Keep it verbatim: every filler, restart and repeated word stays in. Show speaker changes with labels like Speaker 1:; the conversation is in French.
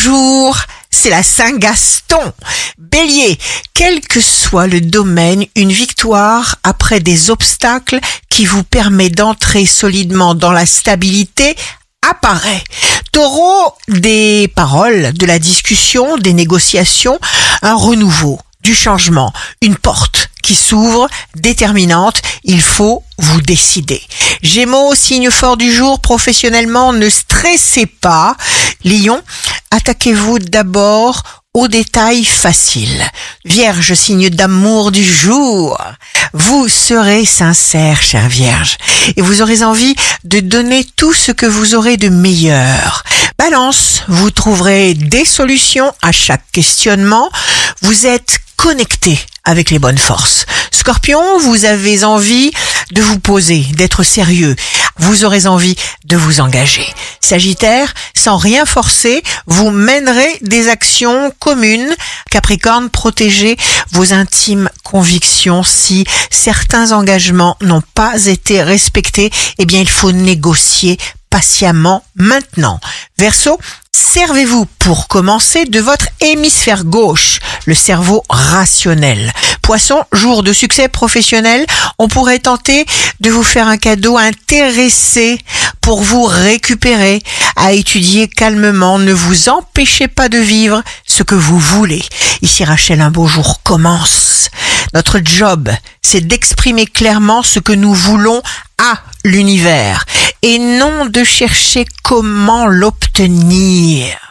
Speaker 1: bonjour, c'est la Saint-Gaston. Bélier, quel que soit le domaine, une victoire après des obstacles qui vous permet d'entrer solidement dans la stabilité apparaît. Taureau, des paroles, de la discussion, des négociations, un renouveau, du changement, une porte qui s'ouvre, déterminante, il faut vous décider. Gémeaux, signe fort du jour, professionnellement, ne stressez pas. Lion, attaquez-vous d'abord aux détails faciles. Vierge, signe d'amour du jour. Vous serez sincère, chère Vierge, et vous aurez envie de donner tout ce que vous aurez de meilleur. Balance, vous trouverez des solutions à chaque questionnement. Vous êtes connecté avec les bonnes forces. Scorpion, vous avez envie de vous poser, d'être sérieux. Vous aurez envie de vous engager. Sagittaire, sans rien forcer, vous mènerez des actions communes. Capricorne, protégez vos intimes convictions. Si certains engagements n'ont pas été respectés, eh bien, il faut négocier patiemment maintenant. Verseau, servez-vous pour commencer de votre hémisphère gauche, le cerveau rationnel. Poisson, jour de succès professionnel, on pourrait tenter de vous faire un cadeau intéressé pour vous récupérer, à étudier calmement. Ne vous empêchez pas de vivre ce que vous voulez. Ici Rachel, un beau jour commence. Notre job, c'est d'exprimer clairement ce que nous voulons à l'univers et non de chercher comment l'obtenir.